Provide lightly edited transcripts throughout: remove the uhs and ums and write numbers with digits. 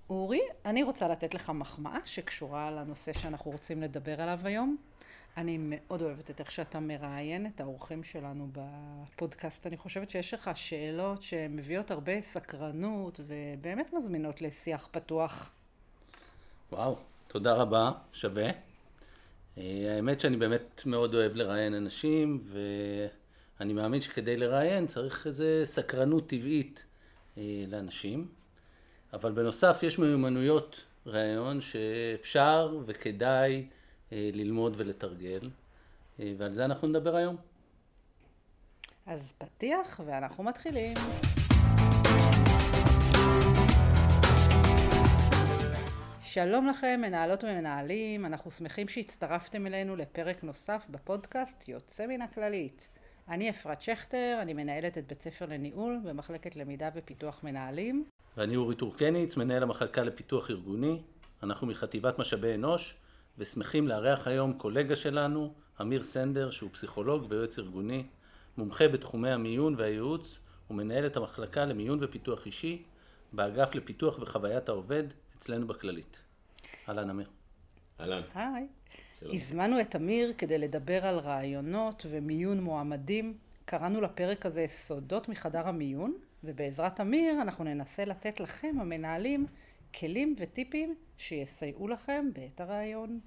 אורי, אני רוצה לתת לך מחמאה שקשורה לנושא שאנחנו רוצים לדבר עליו היום. אני מאוד אוהבת את איך שאתה מראיין את האורחים שלנו בפודקאסט. אני חושבת שיש לך שאלות שמביאות הרבה סקרנות ובאמת מזמינות לשיח פתוח. וואו, תודה רבה, שווה. האמת שאני באמת מאוד אוהב לראיין אנשים, ואני מאמין שכדי לראיין צריך איזו סקרנות טבעית לאנשים. אבל בנוסף יש מיומנויות ראיון שאפשר וכדאי ללמוד ולתרגל, ועל זה אנחנו נדבר היום. אז פתיח ואנחנו מתחילים. שלום לכם מנהלות ומנהלים, אנחנו שמחים שהצטרפתם אלינו לפרק נוסף בפודקאסט יוצא מן הכללית. אני אפרת שכטר, אני מנהלת את בית ספר לניהול במחלקת למידה ופיתוח מנהלים. ואני אורי טורקניץ, מנהל המחלקה לפיתוח ארגוני. אנחנו מחטיבת משאבי אנוש, ושמחים לארח היום קולגה שלנו, אמיר סנדר, שהוא פסיכולוג ויועץ ארגוני, מומחה בתחומי המיון והייעוץ, ומנהל את המחלקה למיון ופיתוח אישי, באגף לפיתוח וחוויית העובד, אצלנו בכללית. אהלן אמיר. אהלן. היי. שלום. הזמנו את אמיר כדי לדבר על רעיונות ומיון מועמדים. קראנו לפרק הזה סודות מחדר המיון, ובעזרת אמיר אנחנו ננסה לתת לכם המנהלים כלים וטיפים שיסייעו לכם בעת הרעיון.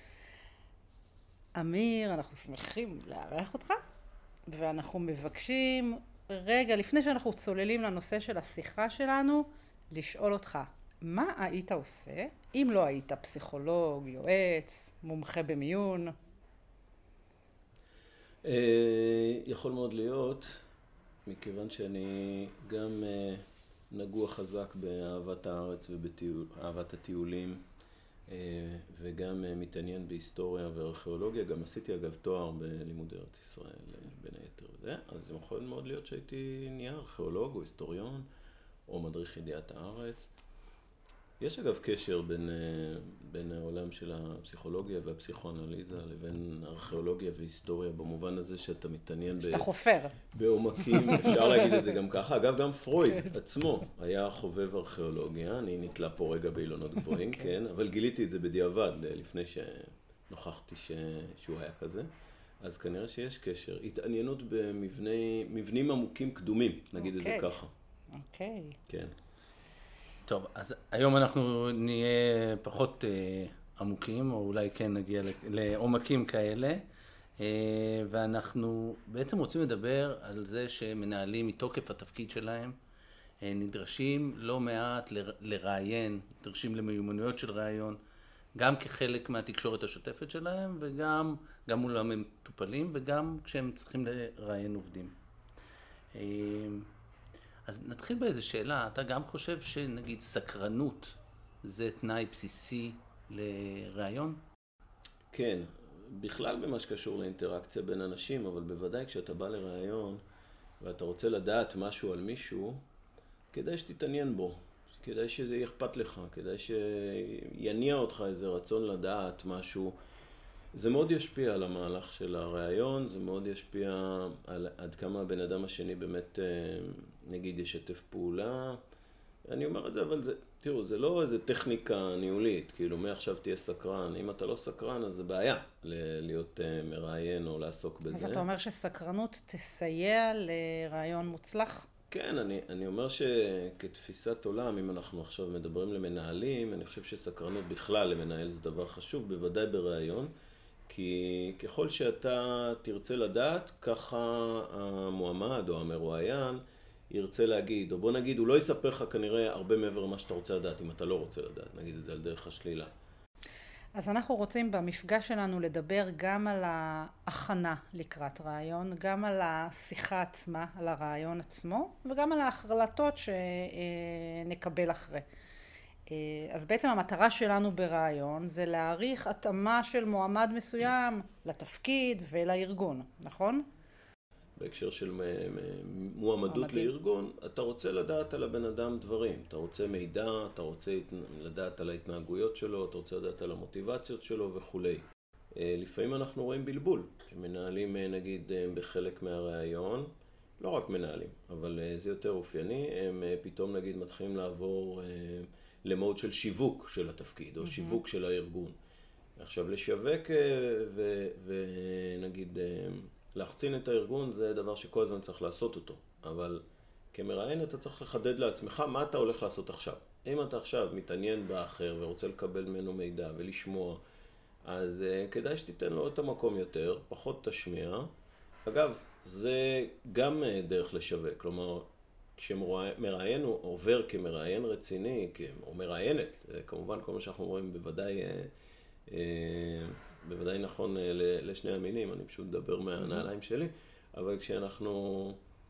אמיר, אנחנו שמחים לארח אותך, ואנחנו מבקשים רגע לפני שאנחנו צוללים לנושא של השיחה שלנו, לשאול אותך, מה היית עושה אם לא היית פסיכולוג, יועץ, מומחה במיון? יכול מאוד להיות, מכיוון שאני גם נגוע חזק באהבת הארץ ובאהבת הטיולים, וגם מתעניין בהיסטוריה וארכיאולוגיה. גם עשיתי אגב תואר בלימוד ארץ ישראל בין היתר וזה, אז יכול מאוד להיות שהייתי נהיה ארכיאולוג או היסטוריון או מדריך ידיעת הארץ. יש אגב קשר בין העולם של הפסיכולוגיה והפסיכואנליזה לבין ארכיאולוגיה והיסטוריה, במובן הזה שאתה מתעניין שאתה חופר. בעומקים, אפשר להגיד את זה גם ככה. אגב, גם פרויד עצמו היה חובב ארכיאולוגיה, אני נתלה פה רגע באילונות גבוהים, כן, אבל גיליתי את זה בדיעבד, לפני שנוכחתי שהוא היה כזה. אז כנראה שיש קשר. התעניינות במבנים עמוקים קדומים, נגיד את זה ככה. אוקיי. כן. טוב, אז היום אנחנו נהיה פחות עמוקים, או אולי כן נגיע לעומקים כאלה, ואנחנו בעצם רוצים לדבר על זה שמנהלים מתוקף התפקיד שלהם, נדרשים לא מעט לראיין, נדרשים למיומנויות של ראיון, גם כחלק מהתקשורת השוטפת שלהם, וגם מול המטופלים, וגם כשהם צריכים לראיין עובדים. אז נתחיל באיזו שאלה, אתה גם חושב שנגיד סקרנות זה תנאי בסיסי לראיון? כן, בכלל במה שקשור לאינטראקציה בין אנשים, אבל בוודאי כשאתה בא לראיון ואתה רוצה לדעת משהו על מישהו, כדאי שתתעניין בו, כדאי שזה יהיה אכפת לך, כדאי שיניע אותך איזה רצון לדעת משהו. זה מאוד ישפיע על המהלך של הראיון, זה מאוד ישפיע על עד כמה הבן אדם השני באמת, נגיד, ישתף פעולה. אני אומר את זה, אבל תראו, זה לא איזה טכניקה ניהולית, כאילו, מעכשיו תהיה סקרן. אם אתה לא סקרן, אז זה בעיה להיות מראיין או לעסוק בזה. אז אתה אומר שסקרנות תסייע לראיון מוצלח? כן, אני אומר שכתפיסת עולם, אם אנחנו עכשיו מדברים למנהלים, אני חושב שסקרנות בכלל למנהל זה דבר חשוב, בוודאי בראיון. כי ככל שאתה תרצה לדעת, ככה המועמד או המרואיין ירצה להגיד, או בוא נגיד, הוא לא יספר לך כנראה הרבה מעבר למה שאתה רוצה לדעת, אם אתה לא רוצה לדעת, נגיד את זה על דרך השלילה. אז אנחנו רוצים במפגש שלנו לדבר גם על ההכנה לקראת רעיון, גם על השיחה עצמה, על הרעיון עצמו, וגם על ההחלטות שנקבל אחרי. אז בעצם המטרה שלנו ברעיון זה להעריך התאמה של מועמד מסוים לתפקיד ולארגון, נכון? בהקשר של מועמדות לארגון, אתה רוצה לדעת על הבן אדם דברים, אתה רוצה מידע, אתה רוצה לדעת על ההתנהגויות שלו, אתה רוצה לדעת על המוטיבציות שלו וכו'. לפעמים אנחנו רואים בלבול, שמנהלים נגיד בחלק מהרעיון, לא רק מנהלים, אבל זה יותר אופייני, הם פתאום נגיד מתחילים לעבור למוד של שיווק של התפקיד, או שיווק של הארגון. עכשיו, לשווק ונגיד להחצין את הארגון, זה דבר שכל הזמן צריך לעשות אותו. אבל כמראיין אתה צריך לחדד לעצמך מה אתה הולך לעשות עכשיו. אם אתה עכשיו מתעניין באחר ורוצה לקבל ממנו מידע ולשמוע, אז כדאי שתיתן לו את המקום יותר, פחות תשמיע. אגב, זה גם דרך לשווק, כלומר, כשמראיין הוא עובר כמראיין רציני, או מראיינת, כמובן כל מה שאנחנו אומרים בוודאי נכון לשני המינים, אני פשוט מדבר מהנעליים שלי, אבל כשאנחנו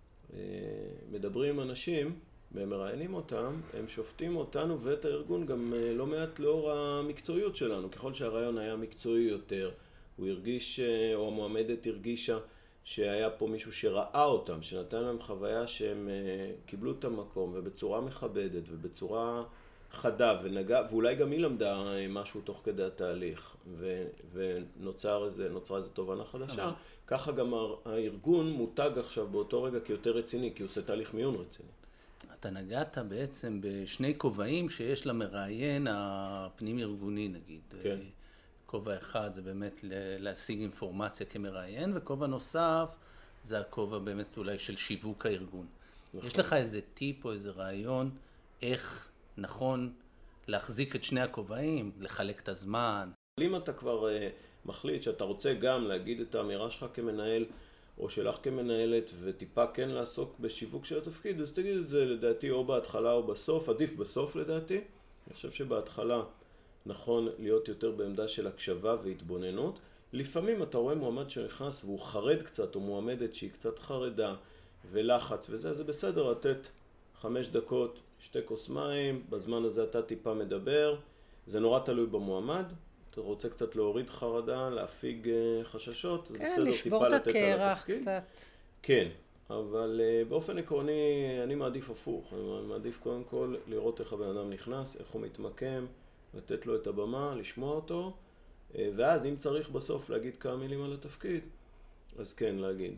מדברים עם אנשים ומראיינים אותם, הם שופטים אותנו ואת הארגון גם לא מעט לאור המקצועיות שלנו. ככל שהרעיון היה מקצועי יותר, הוא הרגיש, או המועמדת הרגישה שהיה פה מישהו שראה אותם, שנתן להם חוויה שהם קיבלו את המקום ובצורה מכבדת ובצורה חדה ונגע, ואולי גם היא למדה משהו תוך כדי התהליך ונוצרה איזו תובנה חדשה. ככה גם הארגון מותג עכשיו באותו רגע כיותר רציני, כי הוא עושה תהליך מיון רציני. אתה נגעת בעצם בשני כובעים שיש למראיין הפנים ארגוני נגיד. כן. כובע אחד זה באמת להשיג אינפורמציה כמראיין, וכובע נוסף זה הכובע באמת אולי של שיווק הארגון. נכון. יש לך איזה טיפ או איזה רעיון איך נכון להחזיק את שני הכובעים, לחלק את הזמן? אם אתה כבר מחליט שאתה רוצה גם להגיד את האמירה שלך כמנהל, או שלך כמנהלת, וטיפה כן לעסוק בשיווק של התפקיד, אז תגיד את זה לדעתי או בהתחלה או בסוף, עדיף בסוף לדעתי. אני חושב שבהתחלה נכון להיות יותר בעמדה של הקשבה והתבוננות. לפעמים אתה רואה מועמד שנכנס והוא חרד קצת, או מועמדת שהיא קצת חרדה ולחץ וזה, זה בסדר לתת 5 דקות, 2 כוס מים, בזמן הזה אתה טיפה מדבר, זה נורא תלוי במועמד. אתה רוצה קצת להוריד חרדה, להפיג חששות, זה בסדר טיפה לתת על התפקיד. קצת. כן, אבל באופן עקרוני אני מעדיף הפוך, אני מעדיף קודם כל לראות איך הבן אדם נכנס, איך הוא מתמקם, לתת לו את הבמה, לשמוע אותו, ואז אם צריך בסוף להגיד כמה מילים על התפקיד, אז כן, להגיד.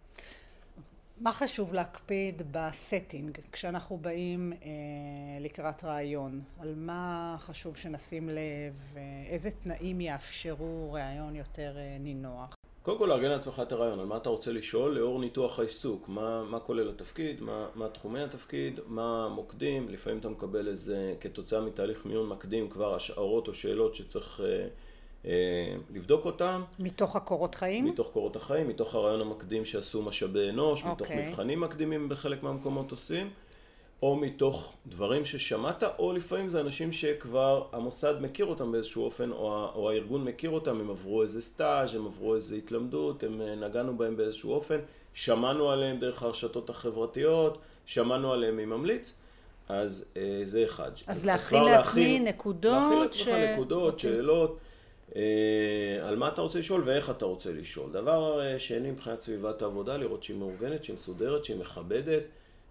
מה חשוב להקפיד בסטינג כשאנחנו באים לקראת רעיון? על מה חשוב שנשים לב? איזה תנאים יאפשרו רעיון יותר נינוח? קודם כל לארגן לעצמך את הרעיון, על מה אתה רוצה לשאול לאור ניתוח העיסוק, מה כולל התפקיד, מה תחומי התפקיד, מה המוקדים, לפעמים אתה מקבל איזה, כתוצאה מתהליך מיון מקדים כבר השערות או שאלות שצריך לבדוק אותם. מתוך הקורות חיים? מתוך קורות החיים, מתוך הרעיון המקדים שעשו משאבי אנוש, מתוך מבחנים מקדימים בחלק מהמקומות עושים, או מתוך דברים ששמעת, או לפעמים זה אנשים שכבר המוסד מכיר אותם באיזשהו אופן, או הארגון מכיר אותם, הם עברו איזה סטאז', הם עברו איזה התלמדות, הם נגענו בהם באיזשהו אופן, שמענו עליהם דרך הרשתות החברתיות, שמענו עליהם מממליץ, אז זה אחד. אז להכין לעצמי נקודות, להכין לעצמך נקודות, שאלות, על מה אתה רוצה לשאול ואיך אתה רוצה לשאול. דבר שני מבחינת סביבת העבודה, לראות שהיא מאורגנת, שהיא מסודרת, שהיא מכבדת,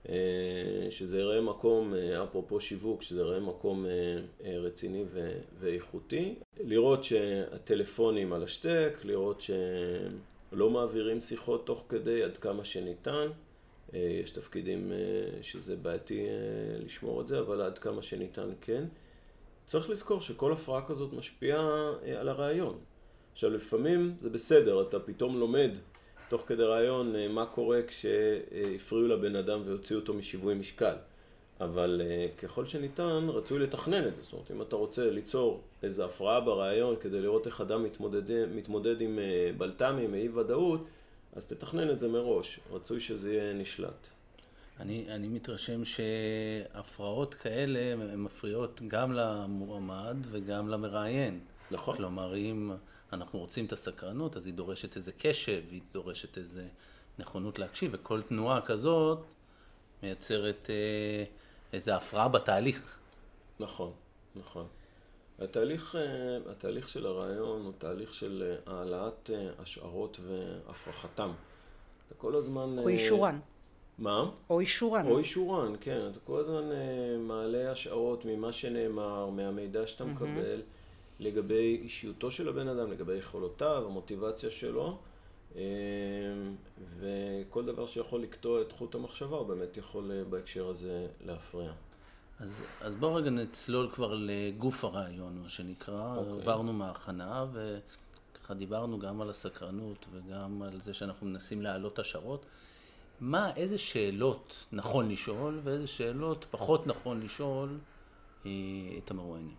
שזה יראה מקום, אפרופו שיווק, שזה יראה מקום רציני ואיכותי. לראות שהטלפונים על השתק, לראות שלא מעבירים שיחות תוך כדי עד כמה שניתן. יש תפקידים שזה בעייתי לשמור את זה, אבל עד כמה שניתן כן. צריך לזכור שכל הפרעה כזאת משפיעה על הרעיון. עכשיו לפעמים זה בסדר, אתה פתאום לומד תוך כדי רעיון מה קורה כשהפריעו לבן אדם והוציאו אותו משיווי משקל. אבל ככל שניתן רצוי לתכנן את זה. זאת אומרת, אם אתה רוצה ליצור איזו הפרעה ברעיון כדי לראות איך אדם מתמודד עם בלת"מים, אי ודאות, אז תתכנן את זה מראש. רצוי שזה יהיה נשלט. אני מתרשם שהפרעות כאלה הן מפריעות גם למועמד וגם למראיין. נכון. כלומר, אם אנחנו רוצים את הסקרנות, אז היא דורשת איזה קשב, היא דורשת איזה נכונות להקשיב, וכל תנועה כזאת מייצרת איזה הפרעה בתהליך. נכון, נכון. התהליך של הרעיון הוא תהליך של העלאת השערות והפרחתם. אתה כל הזמן... או אישורן. מה? או אישורן. או אישורן, כן. אתה כל הזמן מעלה השערות ממה שנאמר, מהמידע שאתה מקבל, לגבי אישיותו של הבן אדם, לגבי יכולותיו, המוטיבציה שלו, וכל דבר שיכול לקטוע את חוט המחשבה, הוא באמת יכול בהקשר הזה להפריע. אז בואו רגע נצלול כבר לגוף הרעיון, מה שנקרא. עברנו מההכנה, וככה דיברנו גם על הסקרנות וגם על זה שאנחנו מנסים להעלות השערות. איזה שאלות נכון לשאול ואיזה שאלות פחות נכון לשאול את המרואיינים?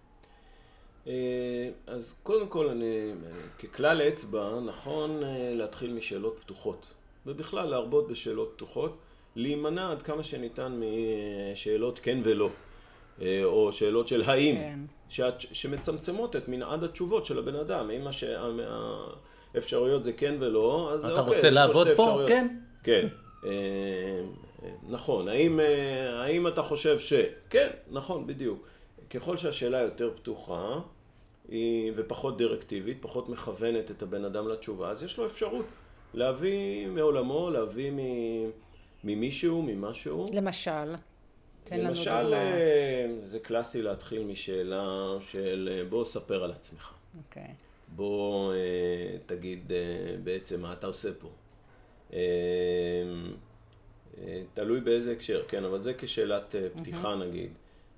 אז קודם כל, ככלל אצבע, נכון להתחיל משאלות פתוחות. ובכלל להרבות בשאלות פתוחות, להימנע עד כמה שניתן משאלות כן ולא, או שאלות של האם, שמצמצמות את מנעד התשובות של הבן אדם. אם האפשרויות זה כן ולא, אז אתה רוצה לעבוד פה? כן. כן. נכון. האם אתה חושב ש... כן, נכון, בדיוק. ככל שהשאלה יותר פתוחה ופחות דירקטיבית, פחות מכוונת את הבן אדם לתשובה, אז יש לו אפשרות להביא מעולמו, להביא ממישהו, ממשהו. למשל, תן לנו למשל, דוגמאות. זה קלאסי להתחיל משאלה של בוא ספר על עצמך. אוקיי. בוא תגיד בעצם מה אתה עושה פה. תלוי באיזה הקשר, כן, אבל זה כשאלת פתיחה נגיד.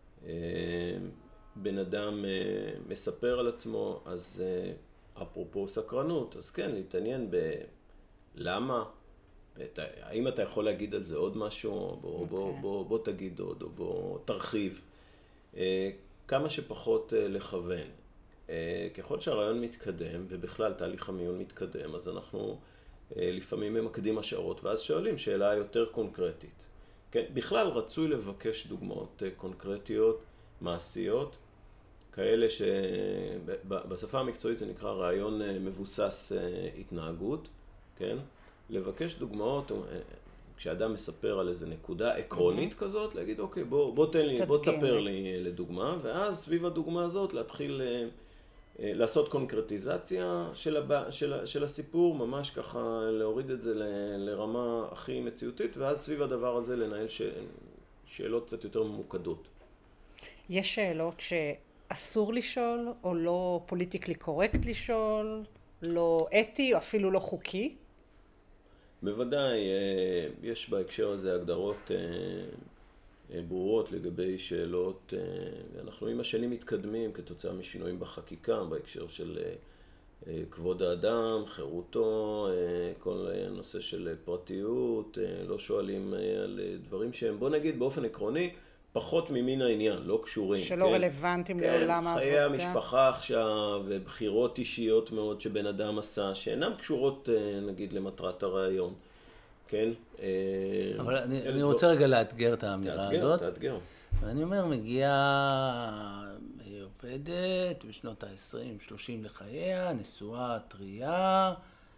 בן אדם מספר על עצמו, אז אפרופו סקרנות, אז כן, להתעניין בלמה, האם אתה יכול להגיד על זה עוד משהו, בוא תגיד עוד, או בוא תרחיב. כמה שפחות לכוון. ככל שהרעיון מתקדם, ובכלל תהליך המיון מתקדם, אז אנחנו לפעמים ממקדים השערות, ואז שואלים שאלה יותר קונקרטית. כן, בכלל רצוי לבקש דוגמאות קונקרטיות, מעשיות, כאלה שבשפה המקצועית זה נקרא רעיון מבוסס התנהגות, כן? לבקש דוגמאות, כשאדם מספר על איזו נקודה עקרונית כזאת, להגיד אוקיי, בוא תספר לי לדוגמה, ואז סביב הדוגמה הזאת להתחיל לעשות קונקרטיזציה של הסיפור, ממש ככה להוריד את זה לרמה הכי מציאותית, ואז סביב הדבר הזה לנהל שאלות קצת יותר ממוקדות. יש שאלות שאסור לשאול, או לא פוליטיקלי קורקט לשאול, לא אתי, או אפילו לא חוקי? בוודאי, יש בהקשר הזה הגדרות ברורות לגבי שאלות, אנחנו עם השנים מתקדמים כתוצאה משינויים בחקיקה, בהקשר של כבוד האדם, חירותו, כל הנושא של פרטיות, לא שואלים על דברים שהם, בוא נגיד באופן עקרוני, פחות ממין העניין, לא קשורים. שלא כן? רלוונטיים כן, לעולם העבודה. חיי המשפחה עכשיו, ובחירות אישיות מאוד שבן אדם עשה, שאינן קשורות נגיד למטרת הרעיון. כן? אבל אני רוצה רגע לאתגר את האמירה הזאת. תאתגר. ואני אומר, מגיעה עובדת בשנות ה-20, 30 לחייה, נשואה, טריה,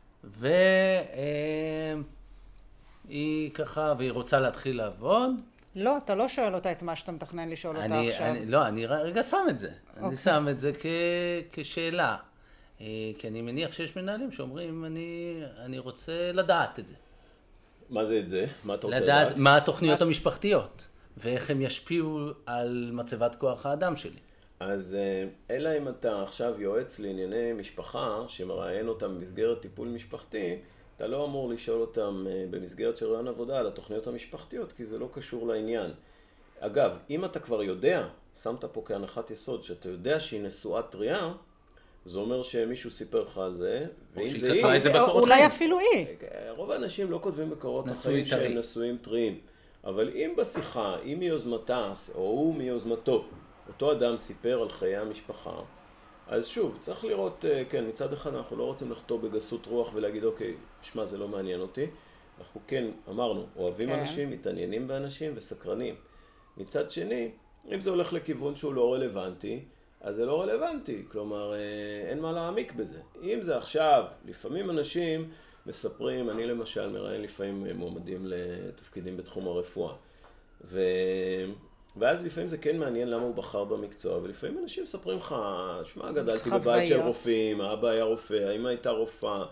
והיא ככה, והיא רוצה להתחיל לעבוד. לא, אתה לא שואל אותה את מה שאתה מתכנן לשאול אותה עכשיו. לא, אני רגע שם את זה. אני שם את זה כשאלה. כי אני מניח שיש מנהלים שאומרים, אני רוצה לדעת את זה. מה זה את זה? מה אתה רוצה לדעת? לדעת מה התוכניות המשפחתיות, ואיך הם ישפיעו על מצבת כוח האדם שלי. אז אלא אם אתה עכשיו יועץ לענייני משפחה, שמראיין אותם במסגרת טיפול משפחתי, אתה לא אמור לשאול אותם במסגרת של רעיון עבודה על התוכניות המשפחתיות, כי זה לא קשור לעניין. אגב, אם אתה כבר יודע, שמת פה כהנחת יסוד, שאתה יודע שהיא נשואה טריה, זה אומר שמישהו סיפר לך על זה, או שהיא כתבה את זה בקורות חיים. אולי אפילו היא. רוב האנשים לא כותבים בקורות החיים שהם נשואים טריים. אבל אם בשיחה, אם מיוזמתה, או הוא מיוזמתו, אותו אדם סיפר על חיי המשפחה, אז שוב, צריך לראות, כן, מצד אחד אנחנו לא רוצים לחתור בגסות רוח ולהגיד, אוקיי, שמע, זה לא מעניין אותי. אנחנו כן, אמרנו, אוהבים אנשים, מתעניינים באנשים וסקרנים. מצד שני, אם זה הולך לכיוון שהוא לא רלוונטי, אז זה לא רלוונטי, כלומר, אין מה להעמיק בזה. אם זה עכשיו, לפעמים אנשים מספרים, אני למשל מראיין לפעמים מועמדים לתפקידים בתחום הרפואה, ואז לפעמים זה כן מעניין למה הוא בחר במקצוע, ולפעמים אנשים מספרים לך, שמע, גדלתי בבית של רופאים, האבא היה רופא, האמא הייתה רופאה,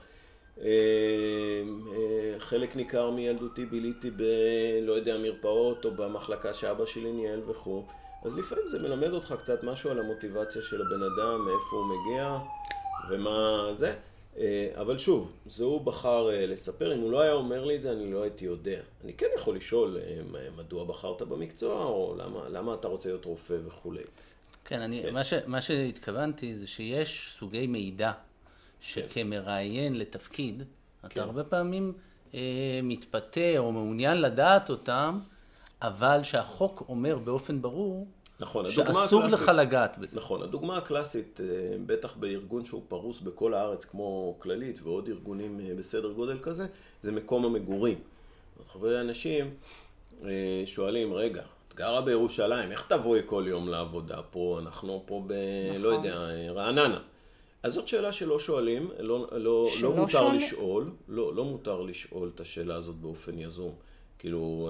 חלק ניכר מילדותי ביליתי לא יודע, מרפאות או במחלקה שאבא שלי ניהל וכו'. אז לפעמים זה מלמד אותך קצת משהו על המוטיבציה של הבן אדם, מאיפה הוא מגיע ומה זה. אבל שוב, זה הוא בחר לספר, אם הוא לא היה אומר לי את זה, אני לא הייתי יודע. אני כן יכול לשאול מדוע בחרת במקצוע, או למה אתה רוצה להיות רופא וכו'. כן, מה שהתכוונתי זה שיש סוגי מידע שכמראיין לתפקיד, אתה הרבה פעמים מתפתה או מעוניין לדעת אותם, אבל שהחוק אומר באופן ברור, נכון, שאסור לך לגעת בזה. נכון, הדוגמה הקלאסית, בטח בארגון שהוא פרוס בכל הארץ כמו כללית ועוד ארגונים בסדר גודל כזה, זה מקום המגורים. הרבה אנשים שואלים, רגע, את גרה בירושלים, איך תבואי כל יום לעבודה פה? אנחנו פה לא יודע, רעננה. אז זאת שאלה שלא שואלים, לא מותר לשאול, לא מותר לשאול את השאלה הזאת באופן יזום. כאילו,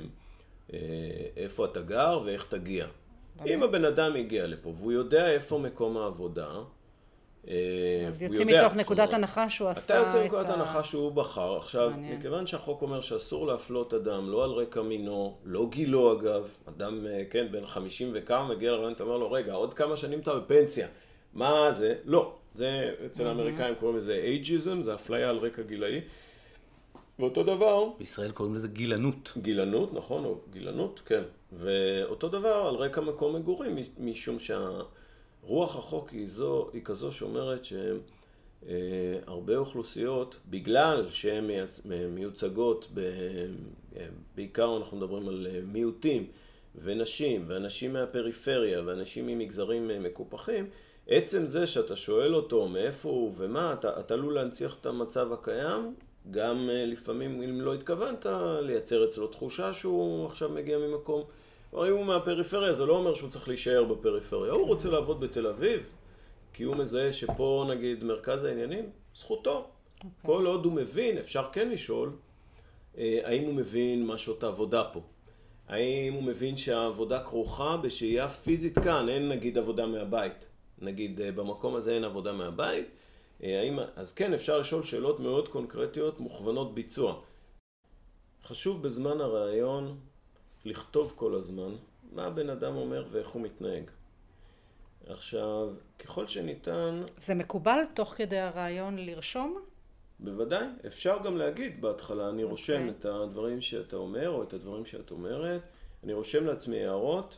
איפה אתה גר ואיך תגיע. אם הבן אדם הגיע לפה והוא יודע איפה מקום העבודה, אז יוצאים מתוך נקודת הנחה שהוא עשה את אתה יוצא מנקודת הנחה שהוא בחר. עכשיו, מכיוון שהחוק אומר שאסור להפלות אדם, לא על רקע מינו, לא גילו אגב, אדם, כן, בין 50 וכמה, מגיע לרעיון, אתה אומר לו, רגע, עוד כמה שנים אתה בפנסיה. מה זה? לא. זה, אצל האמריקאים קוראים לזה אייג'יזם, זה אפליה על רקע גילאי. ואותו דבר... בישראל קוראים לזה גילנות. גילנות, נכון, או גילנות, כן. ואותו דבר על רקע מקום מגורים, משום שהרוח החוק היא כזו שאומרת שהרבה אוכלוסיות, בגלל שהן מיוצגות, בעיקר אנחנו מדברים על מיעוטים ונשים, ואנשים מהפריפריה, ואנשים ממגזרים מקופחים, עצם זה שאתה שואל אותו מאיפה הוא ומה, אתה עלול להנציח את המצב הקיים, גם לפעמים אם לא התכוונת לייצר אצלו תחושה שהוא עכשיו מגיע ממקום. אם הוא מהפריפריה, זה לא אומר שהוא צריך להישאר בפריפריה. הוא רוצה לעבוד בתל אביב, כי הוא מזהה שפה נגיד מרכז העניינים, זכותו. כל עוד הוא מבין, אפשר כן לשאול, האם הוא מבין מה שעות העבודה פה. האם הוא מבין שהעבודה כרוכה בשהייה פיזית כאן, אין נגיד עבודה מהבית. נגיד במקום הזה אין עבודה מהבית. אז כן, אפשר לשאול שאלות מאוד קונקרטיות, מוכוונות ביצוע. חשוב בזמן הרעיון לכתוב כל הזמן מה הבן אדם אומר ואיך הוא מתנהג. עכשיו, ככל שניתן... זה מקובל תוך כדי הרעיון לרשום? בוודאי, אפשר גם להגיד בהתחלה, אני רושם את הדברים שאתה אומר או את הדברים שאת אומרת, אני רושם לעצמי הערות,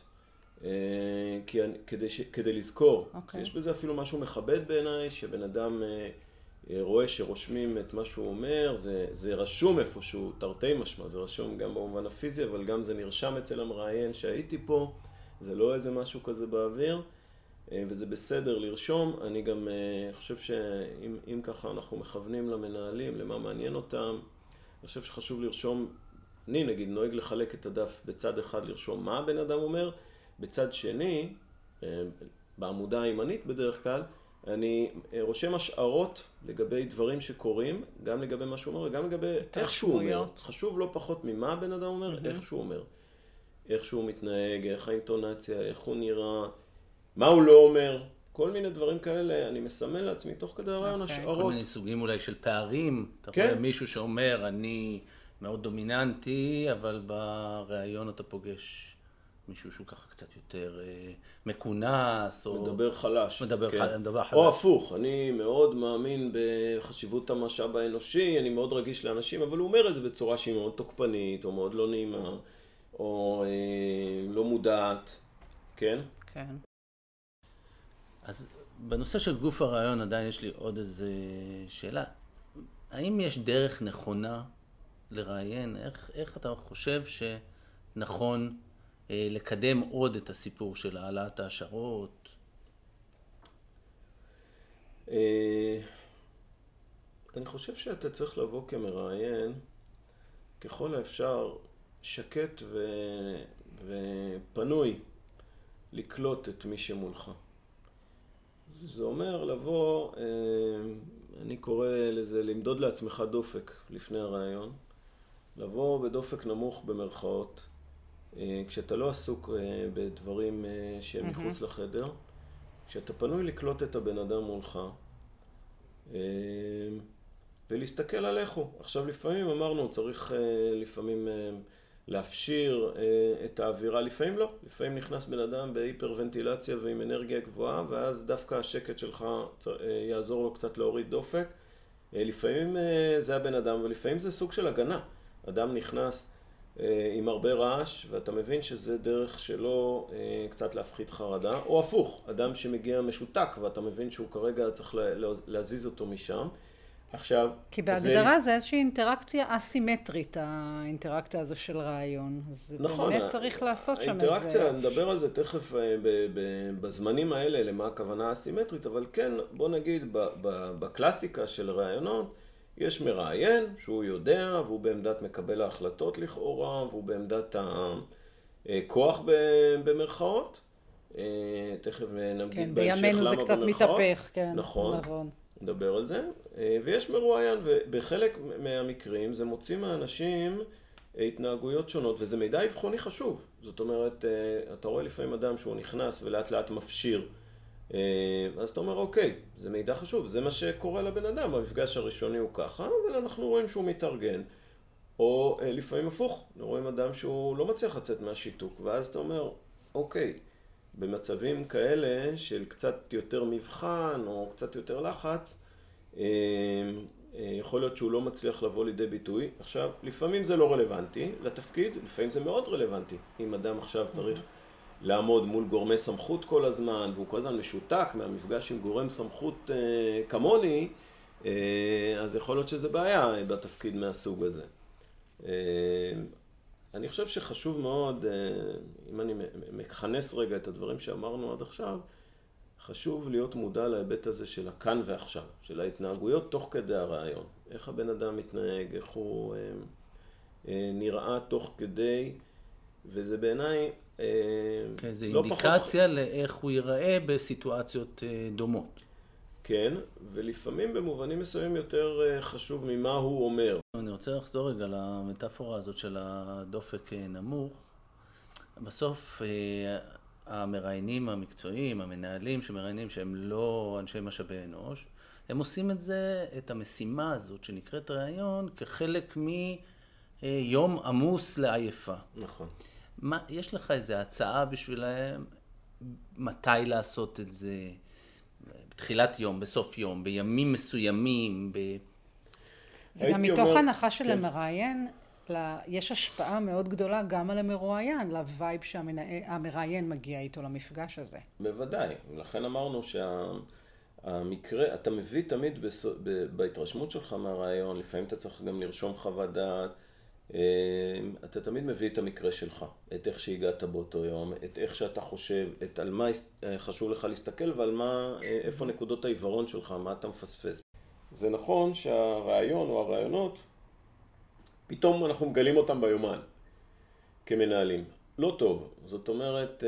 כדי לזכור. יש בזה אפילו משהו מכבד בעיניי, שבן אדם רואה שרושמים את מה שהוא אומר, זה רשום איפשהו, תרתי משמע, זה רשום גם במובן הפיזי, אבל גם זה נרשם אצל המראיין שהייתי פה, זה לא איזה משהו כזה באוויר, וזה בסדר לרשום. אני גם חושב שאם ככה אנחנו מכוונים למנהלים, למה מעניין אותם, אני חושב שחשוב לרשום, אני נגיד נוהג לחלק את הדף בצד אחד לרשום מה הבן אדם אומר, בצד שני, בעמודה הימנית בדרך כלל, אני רושם השערות לגבי דברים שקורים, גם לגבי מה שהוא אומר, וגם לגבי איך שהוא אומר. חשוב לא פחות ממה הבן אדם אומר, איך שהוא אומר. איך שהוא מתנהג, איך האינטונציה, איך הוא נראה, מה הוא לא אומר. כל מיני דברים כאלה, אני מסמן לעצמי תוך כדי הרעיון השערות. כל מיני סוגים אולי של פערים. אתה רואה מישהו שאומר, אני מאוד דומיננטי, אבל ברעיון אתה פוגש מישהו שהוא ככה קצת יותר מקונס, או... מדבר חלש. מדבר חלש. או הפוך, אני מאוד מאמין בחשיבות המשאב האנושי, אני מאוד רגיש לאנשים, אבל הוא אומר את זה בצורה שהיא מאוד תוקפנית, או מאוד לא נעימה, או לא מודעת, כן? כן. אז בנושא של גוף הרעיון עדיין יש לי עוד איזה שאלה. האם יש דרך נכונה לראיין? איך אתה חושב שנכון לקדם עוד את הסיפור של העלאת ההשערות? אני חושב שאתה צריך לבוא כמראיין ככל האפשר שקט ופנוי לקלוט את מי שמולך. זה אומר לבוא, אני קורא לזה למדוד לעצמך דופק לפני הרעיון, לבוא בדופק נמוך במרכאות, כשאתה לא עסוק בדברים שהם מחוץ לחדר, כשאתה פנוי לקלוט את הבן אדם מולך, ולהסתכל על איך הוא. עכשיו לפעמים אמרנו, צריך לפעמים להפשיר את האווירה, לפעמים לא. לפעמים נכנס בן אדם בהיפרוונטילציה ועם אנרגיה גבוהה, ואז דווקא השקט שלך יעזור לו קצת להוריד דופק. לפעמים זה הבן אדם, ולפעמים זה סוג של הגנה. אדם נכנס עם הרבה רעש, ואתה מבין שזה דרך שלו קצת להפחית חרדה, או הפוך, אדם שמגיע משותק, ואתה מבין שהוא כרגע צריך להזיז אותו משם. עכשיו... כי בהגדרה זה איזושהי אינטראקציה אסימטרית, האינטראקציה הזו של רעיון. אז נכון, באמת צריך לעשות שם איזה... האינטראקציה, נדבר על זה תכף בזמנים האלה, למה הכוונה האסימטרית, אבל כן, בוא נגיד, בקלאסיקה של רעיונות, יש מראיין שהוא יודע, והוא בעמדת מקבל ההחלטות לכאורה, והוא בעמדת הכוח במרכאות. תכף נגיד בהמשך למה במרכאות. בימינו זה קצת מתהפך, כן. נכון, נדבר על זה. ויש מרואיין, ובחלק מהמקרים זה מוציא מהאנשים התנהגויות שונות, וזה מידע אבחוני חשוב. זאת אומרת, אתה רואה לפעמים אדם שהוא נכנס ולאט לאט מפשיר, אז אתה אומר, אוקיי, זה מידע חשוב, זה מה שקורה לבן אדם, במפגש הראשוני הוא ככה, אבל אנחנו רואים שהוא מתארגן. או לפעמים הפוך, רואים אדם שהוא לא מצליח לצאת מהשיתוק, ואז אתה אומר, אוקיי, במצבים כאלה של קצת יותר מבחן או קצת יותר לחץ, יכול להיות שהוא לא מצליח לבוא לידי ביטוי. עכשיו, לפעמים זה לא רלוונטי לתפקיד, לפעמים זה מאוד רלוונטי. אם אדם עכשיו צריך לעמוד מול גורמי סמכות כל הזמן, והוא כל הזמן משותק מהמפגש עם גורם סמכות כמוני, אז יכול להיות שזה בעיה בתפקיד מהסוג הזה. אני חושב שחשוב מאוד, אם אני מכנס רגע את הדברים שאמרנו עד עכשיו, חשוב להיות מודע להיבט הזה של הכאן ועכשיו, של ההתנהגויות תוך כדי הרעיון. איך הבן אדם מתנהג, איך הוא נראה תוך כדי, וזה בעיניי כן, זה אינדיקציה לאיך הוא ייראה בסיטואציות דומות. כן, ולפעמים במובנים מסוימים יותר חשוב ממה הוא אומר. אני רוצה לחזור רגע למטאפורה הזאת של הדופק נמוך. בסוף המראיינים המקצועיים, המנהלים שמראיינים שהם לא אנשי משאבי אנוש, הם עושים את המשימה הזאת שנקראת ראיון כחלק מיום עמוס לעייפה. נכון. יש לך איזו הצעה בשבילהם מתי לעשות את זה? בתחילת יום, בסוף יום, בימים מסוימים? זה גם מתוך הנחה של המראיין, יש השפעה מאוד גדולה גם על המרואיין, לווייב שהמראיין מגיע איתו למפגש הזה. בוודאי, לכן אמרנו שהמקרה, אתה מביא תמיד בהתרשמות שלך מהרעיון, לפעמים אתה צריך גם לרשום חוות דעת, אתה תמיד מביא את המקרה שלך, את איך שהגעת באותו יום, את איך שאתה חושב, את על מה חשוב לך להסתכל ועל מה, איפה נקודות העיוורון שלך, מה אתה מפספס. זה נכון שהרעיון או הרעיונות, פתאום אנחנו מגלים אותם ביומן כמנהלים. לא טוב. זאת אומרת,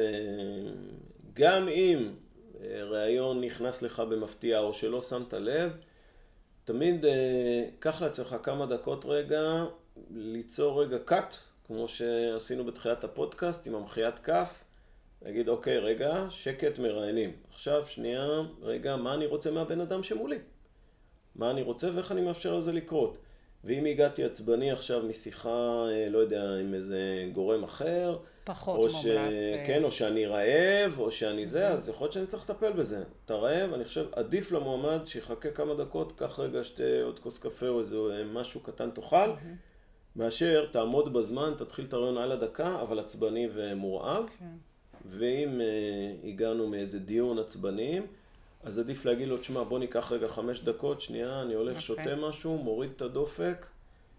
גם אם רעיון נכנס לך במפתיע או שלא שמת לב, תמיד קח לעצמך כמה דקות רגע, ליצור רגע קאט, כמו שעשינו בתחילת הפודקאסט עם המחיית כף, להגיד, אוקיי, רגע, שקט מראיינים. עכשיו, שנייה, רגע, מה אני רוצה מהבן אדם שמולי? מה אני רוצה ואיך אני מאפשר לזה לקרות? ואם הגעתי עצבני עכשיו משיחה, לא יודע, עם איזה גורם אחר, פחות מומלץ. כן, או שאני רעב, או שאני זה, אז יכול להיות שאני צריך לטפל בזה. אתה רעב, אני חושב, עדיף למועמד שיחכה כמה דקות, קח רגע שתי עוד כוס קפה או איזה משהו קטן תאכל, מאשר תעמוד בזמן, תתחיל את הרעיון על הדקה, אבל עצבני ומורעב. ואם הגענו מאיזה דיון עצבניים, אז עדיף להגיד לו, תשמע, בוא ניקח רגע 5 דקות, שנייה, אני הולך שותה משהו, מוריד את הדופק,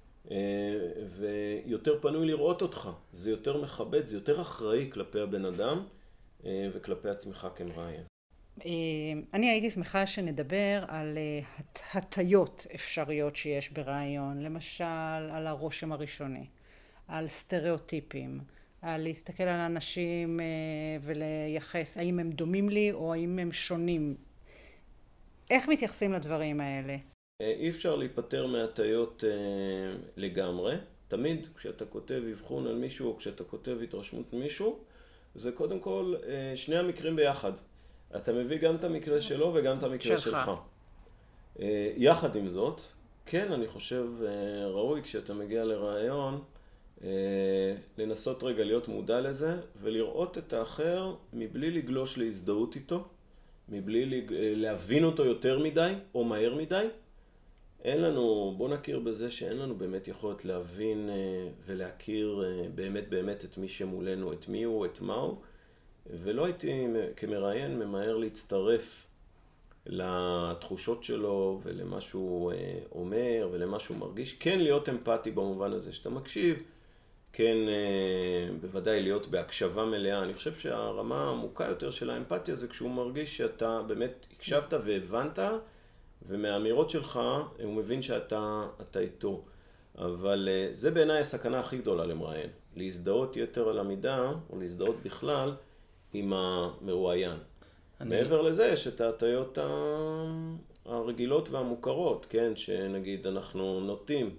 ויותר פנוי לראות אותך. זה יותר מכבד, זה יותר אחראי כלפי הבן אדם, וכלפי עצמך כמראיין. אני הייתי שמחה שנדבר על הטיות אפשריות שיש ברעיון, למשל על הרושם הראשוני, על סטריאוטיפים, על להסתכל על אנשים ולייחס האם הם דומים לי או האם הם שונים. איך מתייחסים לדברים האלה? אי אפשר להיפטר מהטיות לגמרי. תמיד כשאתה כותב אבחון על מישהו או כשאתה כותב התרשמות מישהו, זה קודם כל שני המקרים ביחד. אתה מביא גם את המקרה שלו וגם את המקרה שלך. יחד עם זאת, כן, אני חושב ראוי כשאתה מגיע לרעיון, לנסות רגע להיות מודע לזה ולראות את האחר מבלי לגלוש להזדהות איתו, מבלי להבין אותו יותר מדי או מהר מדי, אין לנו, בוא נכיר בזה שאין לנו באמת יכולת להבין ולהכיר באמת את מי שמולנו, את מי הוא, את מה הוא, ולא הייתי כמראיין ממהר להצטרף לתחושות שלו ולמה שהוא אומר ולמה שהוא מרגיש. כן להיות אמפתי במובן הזה שאתה מקשיב, כן בוודאי להיות בהקשבה מלאה. אני חושב שהרמה העמוקה יותר של האמפתיה זה כשהוא מרגיש שאתה באמת הקשבת והבנת, ומהאמירות שלך הוא מבין שאתה איתו. אבל זה בעיניי הסכנה הכי גדולה למראיין. להזדהות יתר על המידה, או להזדהות בכלל, עם המרואיין. מעבר לזה יש את ההטיות הרגילות והמוכרות, כן? שנגיד אנחנו נוטים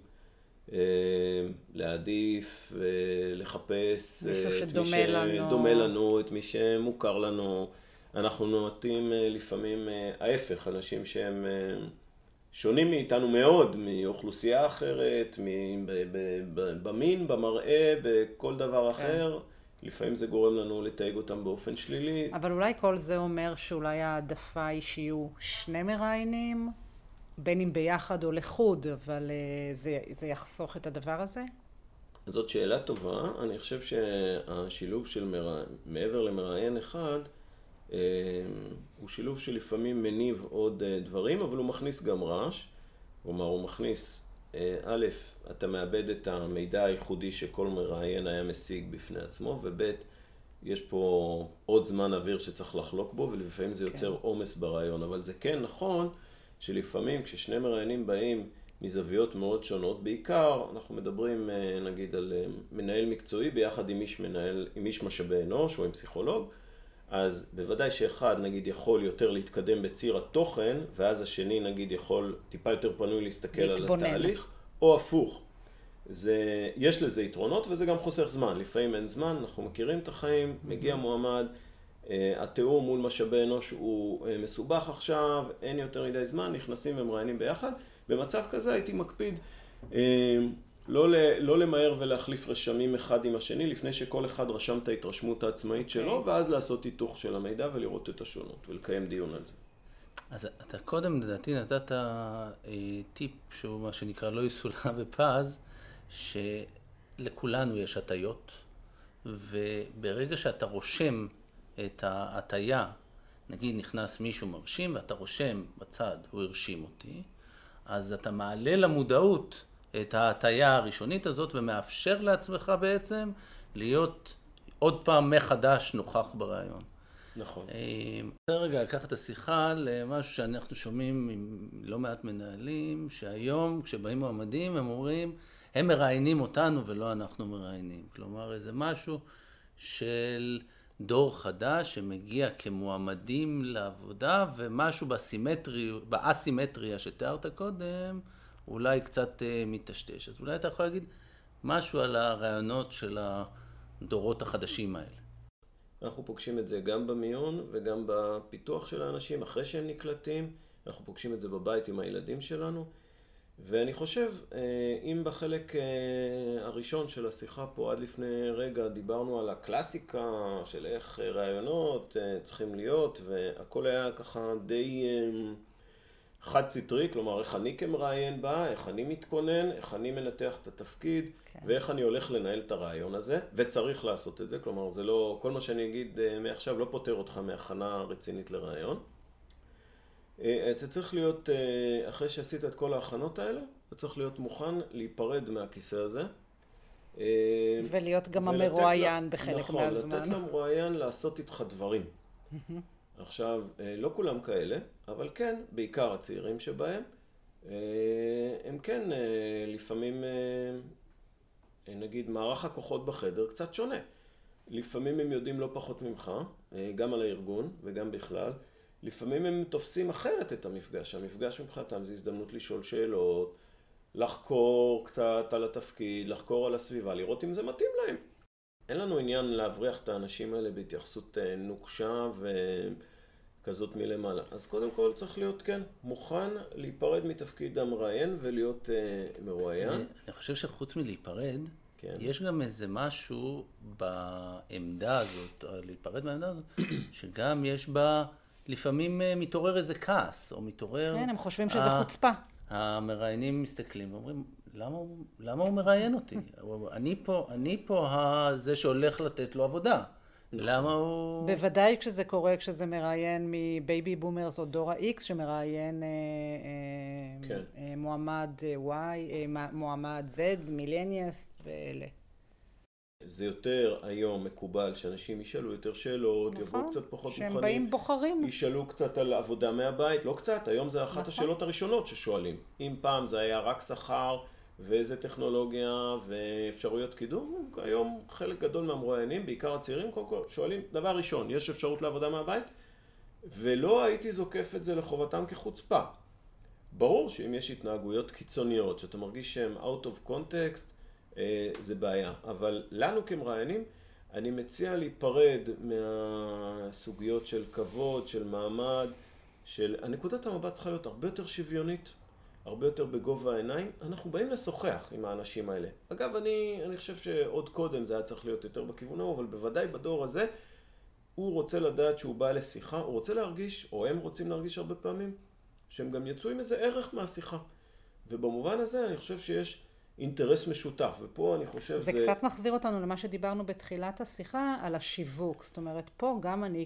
להעדיף ולחפש את מי שדומה לנו, את מי שמוכר לנו. אנחנו נוטים לפעמים ההפך, אנשים שהם שונים מאיתנו מאוד, מאוכלוסייה אחרת, במין, במראה, בכל דבר אחר. לפעמים זה גורם לנו לתייג אותם באופן שלילי. אבל אולי כל זה אומר שאולי העדפה היא שיהיו שני מראיינים, בין אם ביחד או לחוד, אבל זה יחסוך את הדבר הזה? זאת שאלה טובה. אני חושב שהשילוב של מעבר למראיין אחד, הוא שילוב שלפעמים מניב עוד דברים, אבל הוא מכניס גם רעש. כלומר, הוא מכניס, א', אתה מאבד את המידע הייחודי שכל מראיין היה משיג בפני עצמו, וב', יש פה עוד זמן אוויר שצריך לחלוק בו, ולפעמים זה יוצר עומס ברעיון. אבל זה כן נכון שלפעמים כששני מראיינים באים מזוויות מאוד שונות, בעיקר אנחנו מדברים נגיד על מנהל מקצועי ביחד עם איש משאבי אנוש או עם פסיכולוג, אז בוודאי שאחד נגיד יכול יותר להתקדם בציר התוכן, ואז השני נגיד יכול טיפה יותר פנוי להסתכל להתבונן על התהליך, או הפוך. יש לזה יתרונות וזה גם חוסך זמן. לפעמים אין זמן, אנחנו מכירים את החיים, מגיע מועמד, התיאום מול משאבי אנוש הוא מסובך עכשיו, אין יותר מדי זמן, נכנסים ומראיינים ביחד. במצב כזה הייתי מקפיד לא למהר ולהחליף רשמים אחד עם השני, לפני שכל אחד רשם את ההתרשמות העצמאית שלו, ואז לעשות היתוך של המידע ולראות את השונות ולקיים דיון על זה. אז אתה קודם לדעתי נתת טיפ שהוא מה שנקרא לא יסולא בפז, שלכולנו יש הטיות, וברגע שאתה רושם את ההטיה, נגיד נכנס מישהו מרשים ואתה רושם בצד, הוא הרשים אותי, אז אתה מעלה למודעות את ההטיה הראשונית הזאת ומאפשר לעצמך בעצם להיות עוד פעם מחדש נוכח ברעיון. נכון. אני רגע לקחת את השיחה למשהו שאנחנו שומעים עם לא מעט מנהלים, שהיום כשבאים מועמדים הם אומרים, הם מראיינים אותנו ולא אנחנו מראיינים. כלומר איזה משהו של דור חדש שמגיע כמועמדים לעבודה, ומשהו באסימטריה שתיארת קודם, אולי קצת מתשתש. אז אולי אתה יכול להגיד משהו על הרעיונות של הדורות החדשים האלה. אנחנו פוגשים את זה גם במיון וגם בפיתוח של האנשים אחרי שהם נקלטים. אנחנו פוגשים את זה בבית עם הילדים שלנו. ואני חושב, אם בחלק הראשון של השיחה פה עד לפני רגע דיברנו על הקלאסיקה של איך רעיונות צריכים להיות, והכל היה ככה די חד סטרי, כלומר איך אני כמראיין בא, איך אני מתכונן, איך אני מנתח את התפקיד, ואיך אני הולך לנהל את הרעיון הזה, וצריך לעשות את זה, כלומר זה לא, כל מה שאני אגיד מעכשיו לא פותר אותך מהכנה רצינית לרעיון. אתה צריך להיות, אחרי שעשית את כל ההכנות האלה, אתה צריך להיות מוכן להיפרד מהכיסא הזה. ולהיות גם המרואיין בחלק מהזמן. נכון, לתת למרואיין לעשות איתך דברים. עכשיו, לא כולם כאלה, אבל כן, בעיקר הצעירים שבהם, הם כן, לפעמים, נגיד, מערך הכוחות בחדר קצת שונה. לפעמים הם יודעים לא פחות ממך, גם על הארגון וגם בכלל. לפעמים הם תופסים אחרת את המפגש. המפגש מבחינתם זה הזדמנות לשאול שאלות, לחקור קצת על התפקיד, לחקור על הסביבה, לראות אם זה מתאים להם. אין לנו עניין להבריח את האנשים האלה בהתייחסות נוקשה וכזאת מלמעלה. אז קודם כל צריך להיות, כן, מוכן להיפרד מתפקיד המראיין ולהיות מרואיין. אני חושב שחוץ מלהיפרד, יש גם איזה משהו בעמדה הזאת, להיפרד מהעמדה הזאת, שגם יש בה לפעמים מתעורר איזה כעס, או מתעורר... כן, הם חושבים שזה חוצפה. המראיינים מסתכלים ואומרים, למה הוא מראיין אותי? אני פה זה שהולך לתת לו עבודה. למה הוא... בוודאי כשזה קורה, כשזה מראיין מבייבי בומרס או דור ה-X, שמראיין כן. מועמד Y, מועמד Z, מילניאס ואלה. זה יותר היום מקובל שאנשים ישאלו יותר שאלות, נכון, יבואו קצת פחות מוכנים. שהם באים בוחרים. ישאלו קצת על עבודה מהבית, לא קצת, היום זה אחת השאלות הראשונות ששואלים. אם פעם זה היה רק שכר ואיזה טכנולוגיה ואפשרויות קידום, היום חלק גדול מהמרואיינים, בעיקר הצעירים, קודם כל שואלים, דבר ראשון, יש אפשרות לעבודה מהבית? ולא הייתי זוקף את זה לחובתם כחוצפה. ברור שאם יש התנהגויות קיצוניות, שאתה מרגיש שהם out of context, זה בעיה. אבל לנו כמראיינים, אני מציע להיפרד מהסוגיות של כבוד, של מעמד, הנקודת המבט צריכה להיות הרבה יותר שוויונית, הרבה יותר בגובה העיניים. אנחנו באים לשוחח עם האנשים האלה. אגב, אני חושב שעוד קודם זה היה צריך להיות יותר בכיוון ההוא, אבל בוודאי בדור הזה, הוא רוצה לדעת שהוא בא לשיחה, הוא רוצה להרגיש, או הם רוצים להרגיש הרבה פעמים, שהם גם יצאו עם איזה ערך מהשיחה. ובמובן הזה אני חושב שיש אינטרס משותף, ופה אני חושב זה קצת מחזיר אותנו למה שדיברנו בתחילת השיחה על השיווק. זאת אומרת, פה גם אני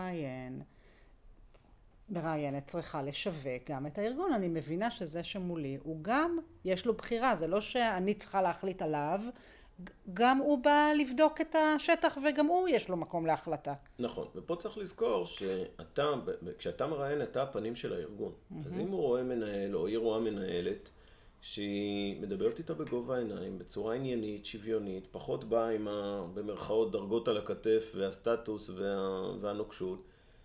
מראיינת צריכה לשווק גם את הארגון. אני מבינה שזה שמולי הוא גם, יש לו בחירה, זה לא שאני צריכה להחליט עליו, גם הוא בא לבדוק את השטח וגם הוא יש לו מקום להחלטה. נכון, ופה צריך לזכור כשאתה מראיין אתה הפנים של הארגון. אז אם הוא רואה מנהל או היא רואה מנהלת שהיא מדברת איתה בגובה העיניים, בצורה עניינית, שוויונית, פחות באה עם במרכאות דרגות על הכתף והסטטוס והנוקשות,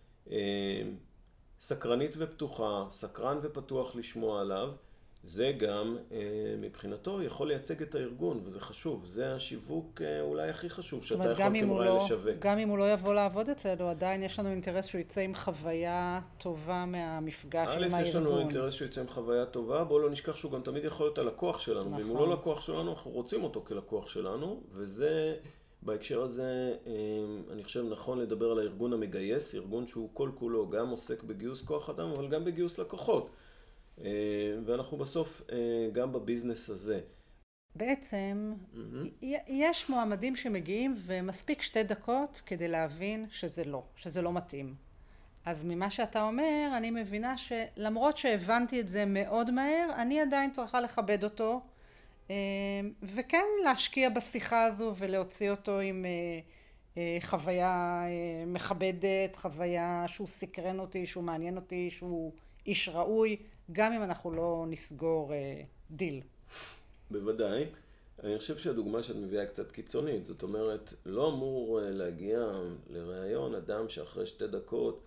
סקרנית ופתוחה, סקרן ופתוח לשמוע עליו, זה גם מבחינתו יכול לייצג את הארגון, וזה חשוב. זה השיווק אולי הכי חשוב שאתה יכול כמראיין לשווק. גם אם הוא לא יבוא לעבוד אצלנו, עדיין יש לנו אינטרס שהוא יצא עם חוויה טובה מהמפגש עם הארגון. יש לנו אינטרס שהוא יצא עם חוויה טובה, בואו לא נשכח שהוא גם תמיד יכול להיות הלקוח שלנו. נכון. ואם הוא לא לקוח שלנו, אנחנו רוצים אותו כלקוח שלנו, וזה, בהקשר הזה, אני חושב נכון לדבר על הארגון המגייס, ארגון שהוא כל כולו גם עוסק בגיוס כוח אדם, אבל גם בגיוס לקוחות. ואנחנו בסוף גם בביזנס הזה. בעצם יש מועמדים שמגיעים ומספיק 2 דקות כדי להבין שזה לא מתאים. אז ממה שאתה אומר, אני מבינה שלמרות שהבנתי את זה מאוד מהר, אני עדיין צריכה לכבד אותו, וכן להשקיע בשיחה הזו ולהוציא אותו עם חוויה מכבדת, חוויה שהוא סקרן אותי, שהוא מעניין אותי, שהוא איש ראוי, גם אם אנחנו לא נסגור דיל. בוודאי. אני חושב שהדוגמה שאת מביאה קצת קיצונית. זאת אומרת, לא אמור להגיע לראיון אדם שאחרי 2 דקות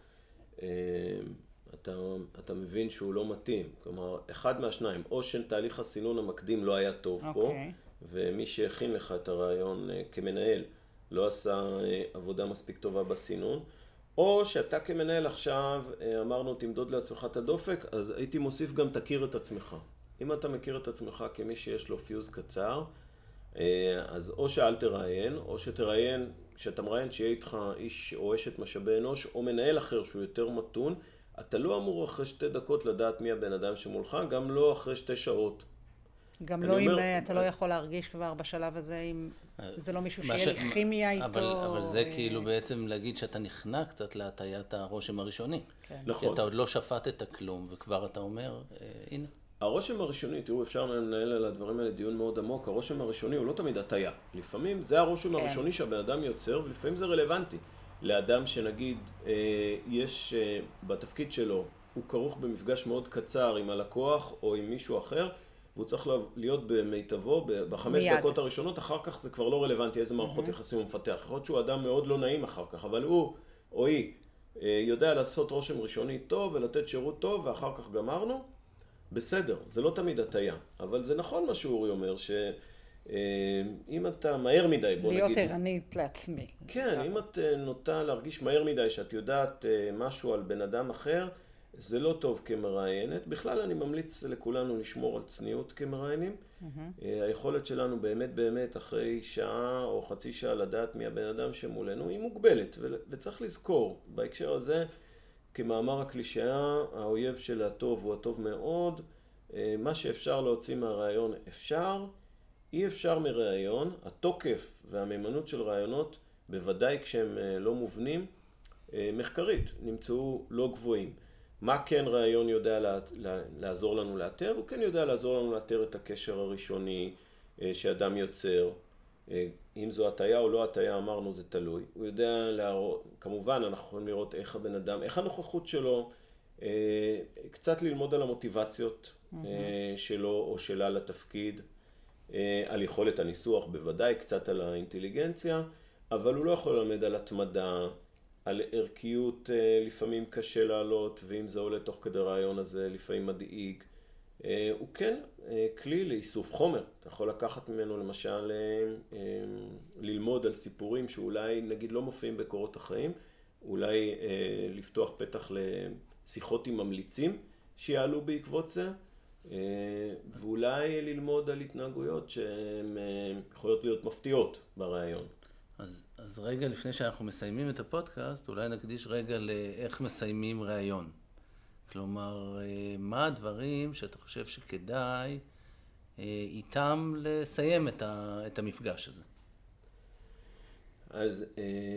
אתה מבין שהוא לא מתאים. כלומר, אחד מהשניים, או שתהליך הסינון המקדים לא היה טוב פה, ומי שהכין לך את הראיון כמנהל לא עשה עבודה מספיק טובה בסינון, או שאתה כמנהל עכשיו אמרנו תמדוד לעצמך את הדופק, אז הייתי מוסיף גם תכיר את עצמך. אם אתה מכיר את עצמך כמי שיש לו פיוז קצר, אז או שאל תראיין, או שתראיין, כשאתה מראיין שיהיה איתך איש או אשת משאבי אנוש, או מנהל אחר שהוא יותר מתון, אתה לא אמור אחרי 2 דקות לדעת מי הבן אדם שמולך, גם לא אחרי 2 שעות. גם לא אם אתה לא יכול להרגיש כבר בשלב הזה, אם זה לא מישהו שיהיה לי כימיה איתו. אבל זה כאילו בעצם להגיד שאתה נכנע קצת להטיית הרושם הראשוני. נכון. כי אתה עוד לא שפטת כלום, וכבר אתה אומר, הנה. הרושם הראשוני, תראו, אפשר לנהל על הדברים האלה דיון מאוד עמוק, הרושם הראשוני הוא לא תמיד הטיה. לפעמים זה הרושם הראשוני שהבן אדם יוצר, ולפעמים זה רלוונטי. לאדם שנגיד, יש בתפקיד שלו, הוא כרוך במפגש מאוד קצר עם הלקוח או עם מישהו אחר, והוא צריך להיות במיטבו, ב5 דקות הראשונות, אחר כך זה כבר לא רלוונטי איזה מערכות יחסים הוא מפתח. יכול להיות שהוא אדם מאוד לא נעים אחר כך, אבל הוא או היא יודע לעשות רושם ראשוני טוב ולתת שירות טוב, ואחר כך גמרנו. בסדר, זה לא תמיד הטיה, אבל זה נכון מה שאורי אומר, שאם אתה מהר מדי, בוא נגיד... להיות ערנית לעצמי. כן, אם את נוטה להרגיש מהר מדי, שאת יודעת משהו על בן אדם אחר, זה לא טוב כמראיינת. בכלל אני ממליץ לכולנו לשמור על צניעות כמראיינים. היכולת שלנו באמת אחרי שעה או חצי שעה לדעת מי הבן אדם שמולנו היא מוגבלת, וצריך לזכור בהקשר הזה, כמאמר הקלישאה, האויב של הטוב הוא הטוב מאוד, מה שאפשר להוציא מהרעיון אפשר, אי אפשר מרעיון, התוקף והמהימנות של רעיונות, בוודאי כשהם לא מובנים, מחקרית נמצאו לא גבוהים. מה כן רעיון יודע לעזור לנו לאתר? הוא כן יודע לעזור לנו לאתר את הקשר הראשוני שאדם יוצר. אם זו הטיה או לא הטיה, אמרנו, זה תלוי. הוא יודע להראות, כמובן אנחנו יכולים לראות איך הבן אדם, איך הנוכחות שלו, קצת ללמוד על המוטיבציות שלו או שלה לתפקיד, על יכולת הניסוח בוודאי, קצת על האינטליגנציה, אבל הוא לא יכול ללמד על התמדה, על ערכיות לפעמים קשה לעלות, ואם זה עולה תוך כדי רעיון הזה לפעמים מדאיג. הוא כן כלי לאיסוף חומר. אתה יכול לקחת ממנו למשל ללמוד על סיפורים שאולי נגיד לא מופיעים בקורות החיים, אולי לפתוח פתח לשיחות עם ממליצים שיעלו בעקבות זה, ואולי ללמוד על התנהגויות שהן יכולות להיות מפתיעות ברעיון. אז רגע לפני שאנחנו מסיימים את הפודקאסט, אולי נקדיש רגע לאיך מסיימים ראיון. כלומר, מה הדברים שאתה חושב שכדאי איתם לסיים את המפגש הזה? אז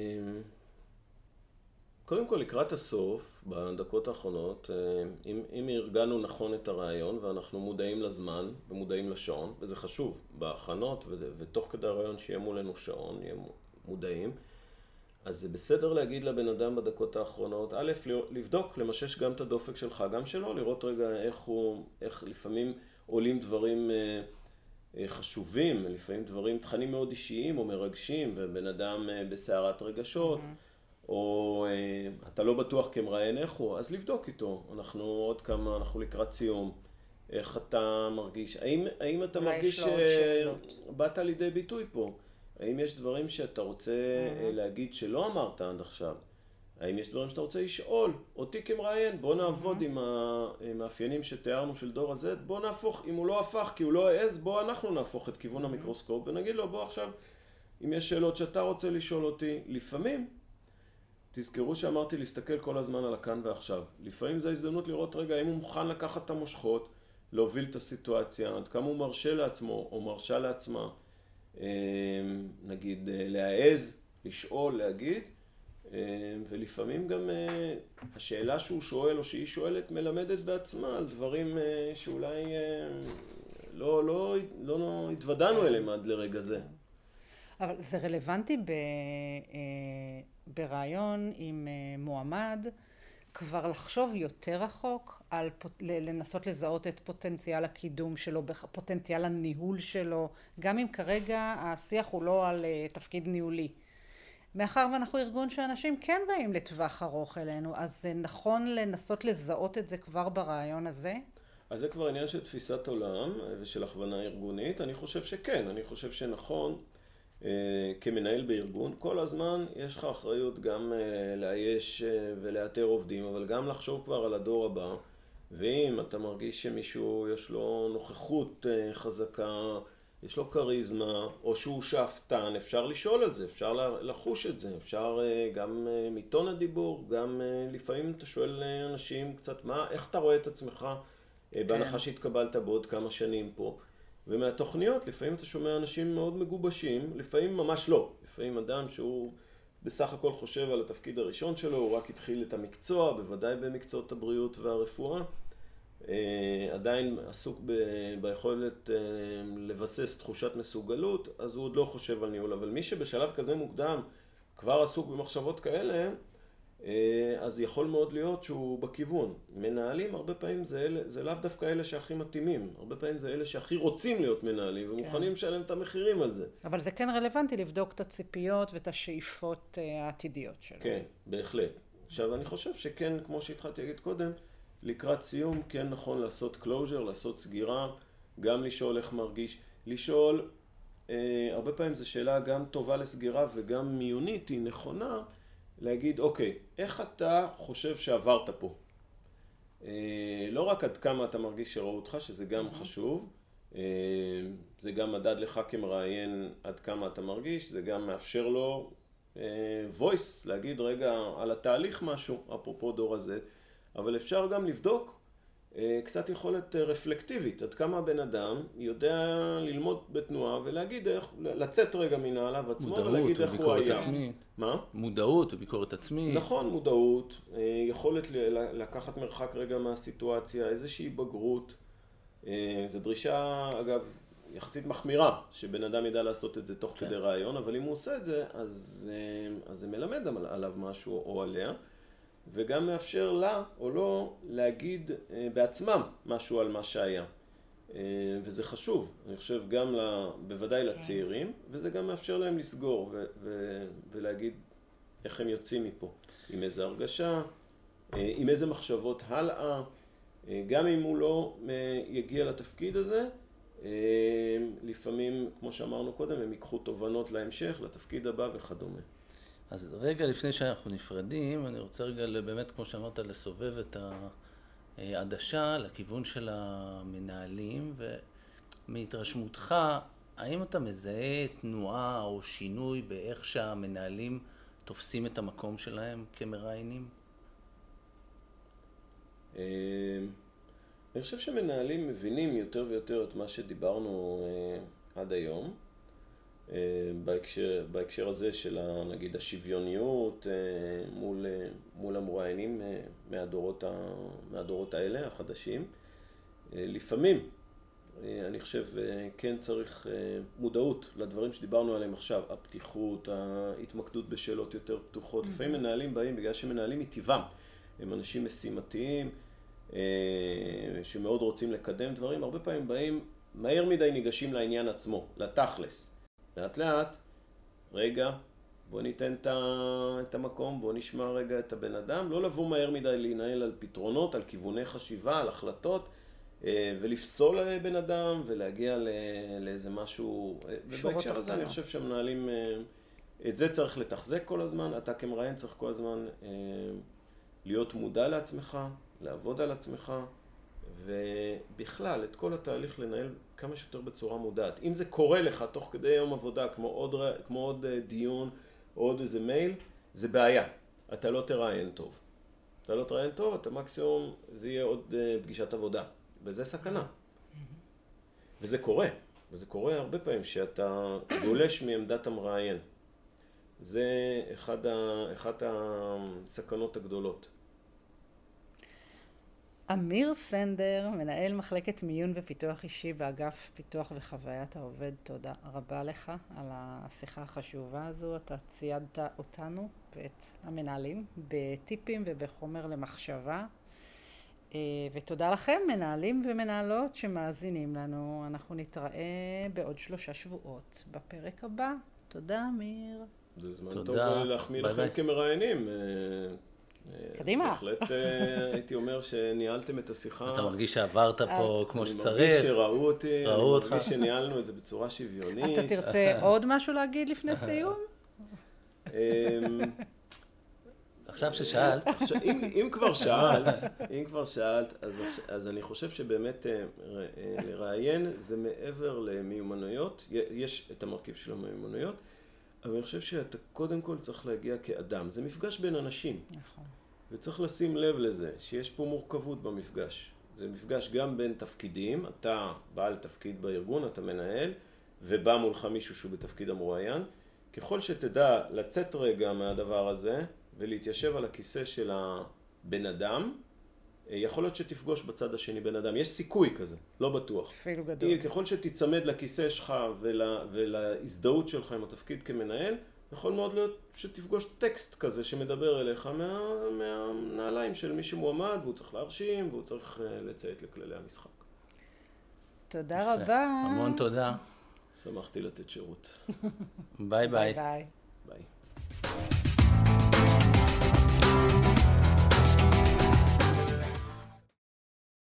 קודם כל לקראת הסוף, בדקות האחרונות, אם ארגנו נכון את הרעיון ואנחנו מודעים לזמן ומודעים לשעון, וזה חשוב, בהכנות ותוך כדי הרעיון שיהיה מולנו שעון, נהיה מודעים, אז זה בסדר להגיד לבן אדם בדקות האחרונות, א', לבדוק, למשש גם את הדופק שלך, גם שלו, לראות רגע איך לפעמים עולים דברים חשובים, לפעמים דברים, תכנים מאוד אישיים או מרגשים, ובן אדם בסערת רגשות, או אתה לא בטוח כמראיין איך הוא, אז לבדוק איתו. אנחנו עוד כמה, אנחנו לקראת סיום. איך אתה מרגיש? האם אתה מרגיש שבאת לידי ביטוי פה? האם יש דברים שאתה רוצה להגיד שלא אמרת עד עכשיו? האם יש דברים שאתה רוצה לשאול? אותי כמראיין, בוא נעבוד עם המאפיינים שתיארנו של דור הזה, בוא נהפוך, אם הוא לא הפך כי הוא לא העז, בוא אנחנו נהפוך את כיוון המיקרוסקופ ונגיד לו, בוא עכשיו, אם יש שאלות שאתה רוצה לשאול אותי, לפעמים, תזכרו שאמרתי להסתכל כל הזמן על הכאן ועכשיו. לפעמים זו הזדמנות לראות רגע אם הוא מוכן לקחת את המושכות, להוביל את הסיטואציה, עד כמה הוא מרשה לעצמו או מרשה לעצמה, נגיד להעז, לשאול, להגיד, ולפעמים גם השאלה שהוא שואל או שהיא שואלת מלמדת בעצמה על דברים שאולי לא התוודענו אליהם עד לרגע זה. אבל זה רלוונטי ברעיון עם מועמד, כבר לחשוב יותר רחוק, לנסות לזהות את פוטנציאל הקידום שלו, פוטנציאל הניהול שלו, גם אם כרגע השיח הוא לא על תפקיד ניהולי. מאחר ואנחנו ארגון שאנשים כן באים לטווח ארוך אלינו, אז זה נכון לנסות לזהות את זה כבר ברעיון הזה? אז זה כבר עניין של תפיסת עולם ושל הכוונה ארגונית. אני חושב שכן, אני חושב שנכון, כמנהל בארגון, כל הזמן יש לך אחריות גם לאייש ולאתר עובדים, אבל גם לחשוב כבר על הדור הבא, ואם אתה מרגיש שמישהו יש לו נוכחות חזקה, יש לו קריזמה, או שהוא שאפתן, אפשר לשאול על זה, אפשר לחוש את זה, אפשר גם מטון הדיבור, גם לפעמים אתה שואל אנשים קצת איך אתה רואה את עצמך בהנחה שהתקבלת בעוד כמה שנים פה. ומהתוכניות, לפעמים אתה שומע אנשים מאוד מגובשים, לפעמים ממש לא. לפעמים אדם שהוא בסך הכל חושב על התפקיד הראשון שלו, הוא רק התחיל את המקצוע, בוודאי במקצועות הבריאות והרפואה, עדיין עסוק ביכולת לבסס תחושת מסוגלות, אז הוא עוד לא חושב על ניהול. אבל מי שבשלב כזה מוקדם כבר עסוק במחשבות כאלה, אז יכול מאוד להיות שהוא בכיוון. מנהלים, הרבה פעמים זה לאו דווקא אלה שהכי מתאימים. הרבה פעמים זה אלה שהכי רוצים להיות מנהלים ומוכנים לשלם את המחירים על זה. אבל זה כן רלוונטי לבדוק את הציפיות ואת השאיפות העתידיות שלו. כן, בהחלט. עכשיו, אני חושב שכן, כמו שהתחלתי להגיד קודם, לקראת סיום כן נכון לעשות closure, לעשות סגירה, גם לשאול איך מרגיש. לשאול, הרבה פעמים זו שאלה גם טובה לסגירה וגם מיונית, היא נכונה, להגיד, אוקיי, איך אתה חושב שעברת פה? לא רק עד כמה אתה מרגיש שראו אותך, שזה גם חשוב, זה גם מדד לך כמראיין עד כמה אתה מרגיש, זה גם מאפשר לו voice, להגיד רגע על התהליך משהו, אפרופו דור הזה, אבל אפשר גם לבדוק קצת יכולת רפלקטיבית, עד כמה הבן אדם יודע ללמוד בתנועה ולהגיד איך, לצאת רגע מנעליו עצמו ולהגיד איך הוא היה. עצמית. מה? מודעות וביקורת עצמית. נכון, מודעות, יכולת לקחת מרחק רגע מהסיטואציה, איזושהי בגרות. זו דרישה, אגב, יחסית מחמירה, שבן אדם ידע לעשות את זה תוך כדי רעיון, אבל אם הוא עושה את זה, אז זה מלמד עליו משהו או עליה. וגם מאפשר לה או לא להגיד בעצמם משהו על מה שהיה. וזה חשוב, אני חושב גם בוודאי לצעירים, וזה גם מאפשר להם לסגור ולהגיד איך הם יוצאים מפה, עם איזה הרגשה, עם איזה מחשבות הלאה, גם אם הוא לא יגיע לתפקיד הזה, לפעמים, כמו שאמרנו קודם, הם ייקחו תובנות להמשך, לתפקיד הבא וכדומה. אז רגע לפני שאנחנו נפרדים, אני רוצה רגע באמת, כמו שאמרת, לסובב את העדשה לכיוון של המנהלים, ומהתרשמותך, האם אתה מזהה תנועה או שינוי באיך שהמנהלים תופסים את המקום שלהם כמראיינים? אני חושב שמנהלים מבינים יותר ויותר את מה שדיברנו עד היום. בהקשר הזה של נגיד השוויוניות מול המרואיינים מהדורות האלה, החדשים. לפעמים, אני חושב, כן צריך מודעות לדברים שדיברנו עליהם עכשיו, הפתיחות, ההתמקדות בשאלות יותר פתוחות. לפעמים מנהלים באים בגלל שמנהלים מטבעם. הם אנשים משימתיים, שמאוד רוצים לקדם דברים. הרבה פעמים באים מהר מדי ניגשים לעניין עצמו, לתכלס. לאט לאט, רגע, בוא ניתן את המקום, בוא נשמע רגע את הבן אדם, לא לבוא מהר מדי להנהל על פתרונות, על כיווני חשיבה, על החלטות, ולפסול בן אדם ולהגיע לאיזה משהו, ובהקשר הזה אני חושב שהמנהלים, את זה צריך לתחזק כל הזמן, אתה כמראיין צריך כל הזמן להיות מודע לעצמך, לעבוד על עצמך, ובכלל, את כל התהליך לנהל כמה שיותר בצורה מודעת. אם זה קורה לך תוך כדי יום עבודה, כמו עוד דיון או עוד איזה מייל, זה בעיה. אתה לא תראיין טוב. אתה לא תראיין טוב, אתה מקסימום, זה יהיה עוד פגישת עבודה. וזה סכנה. וזה קורה. וזה קורה הרבה פעמים שאתה גולש מעמדת המראיין. זה אחת הסכנות הגדולות. אמיר סנדר, מנהל מחלקת מיון ופיתוח אישי באגף פיתוח וחוויית העובד, תודה רבה לך על השיחה החשובה הזו. אתה ציידת אותנו ואת המנהלים בטיפים ובחומר למחשבה. ותודה לכם, מנהלים ומנהלות שמאזינים לנו. אנחנו נתראה בעוד 3 שבועות בפרק הבא. תודה, אמיר. זה זמן טוב להחמיא לכם כמראיינים. קדימה. בהחלט הייתי אומר שניהלתם את השיחה. אתה מרגיש שעברת פה כמו שצריך. אני מרגיש שראו אותי, אני מרגיש שניהלנו את זה בצורה שוויונית. אתה תרצה עוד משהו להגיד לפני סיום? עכשיו ששאלת. אם כבר שאלת, אז אני חושב שבאמת לראיין זה מעבר למיומנויות, יש את המרכיב של המיומנויות, אבל אני חושב שאתה קודם כל צריך להגיע כאדם. זה מפגש בין אנשים. נכון. וצריך לשים לב לזה, שיש פה מורכבות במפגש. זה מפגש גם בין תפקידים, אתה בעל תפקיד בארגון, אתה מנהל, ובא מולך מישהו שהוא בתפקיד המרואיין. ככל שתדע לצאת רגע מהדבר הזה, ולהתיישב על הכיסא של הבן אדם, יכול להיות שתפגוש בצד השני בן אדם. יש סיכוי כזה, לא בטוח. אפילו גדול. ככל שתצמד לכיסא שלך ולהזדהות שלך עם התפקיד כמנהל, יכול מאוד להיות שתפגוש טקסט כזה שמדבר אליך מהנעליים של מי שמועמד, והוא צריך להרשים, והוא צריך לציית לכללי המשחק. תודה רבה. המון תודה. שמחתי לתת שירות. ביי ביי. ביי. ביי.